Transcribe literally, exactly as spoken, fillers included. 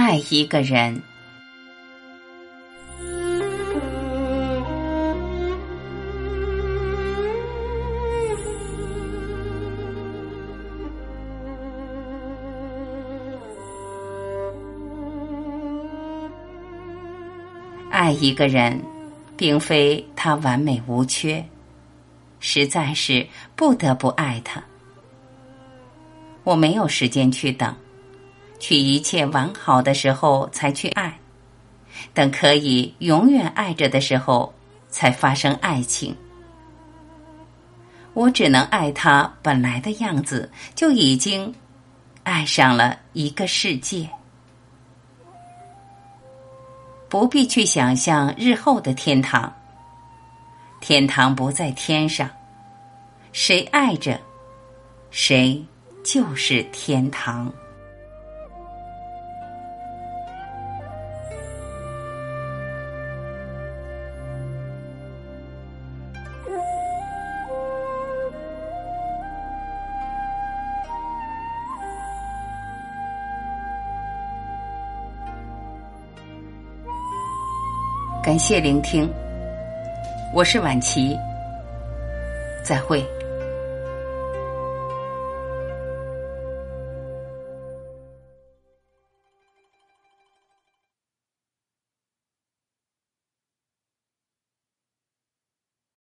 爱一个人。爱一个人，并非他完美无缺，实在是不得不爱他。我没有时间去等，去一切完好的时候才去爱，等可以永远爱着的时候才发生爱情。我只能爱他本来的样子，就已经爱上了一个世界。不必去想象日后的天堂，天堂不在天上，谁爱着，谁就是天堂。感谢聆听，我是婉琪，再会。